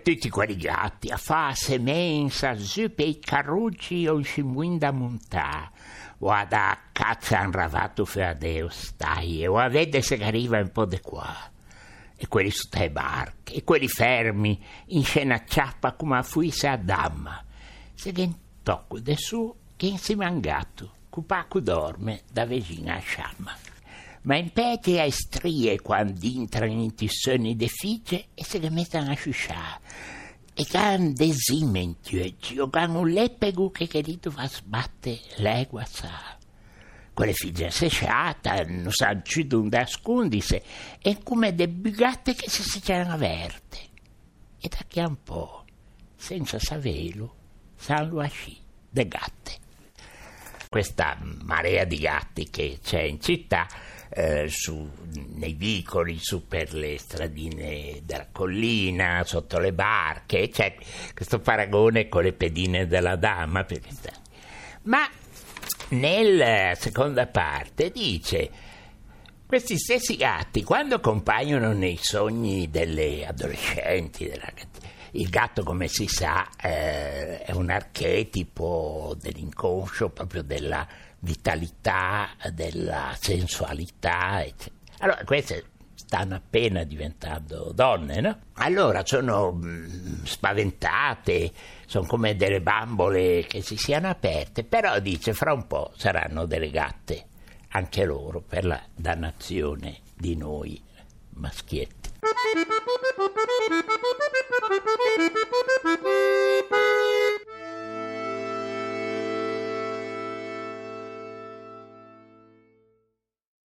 tutti quei gatti a fa semenza su per i carrucci o in da montà. Guarda, cazzo han ravato fra Deo stai, o avete se che arriva un po' di qua. E quelli su te barche, e quelli fermi, in scena ciappa come a fuisse a damma. Se che tocco de su, che in si mangato, cupaco dorme da vicino a sciamma. Ma in pete ai strie quando entrano in tissoni de fice e se le mettono a sciusciare. E can desimenti, o can un lepegu che lì va sbatte l'egua sa. Quelle figlie se sciata, non sa più dove nascondise, e come de bugate che si c'erano averte. E da che un po', senza saperlo, sanno asci de gatte. Questa marea di gatti che c'è in città, nei vicoli, su per le stradine della collina, sotto le barche, c'è questo paragone con le pedine della dama. Ma nella seconda parte dice: questi stessi gatti, quando compaiono nei sogni delle adolescenti, il gatto, come si sa, è un archetipo dell'inconscio, proprio della vitalità, della sensualità, eccetera. Allora, queste stanno appena diventando donne, no? Allora sono spaventate, sono come delle bambole che si siano aperte, però dice fra un po' saranno delle gatte anche loro per la dannazione di noi maschietti.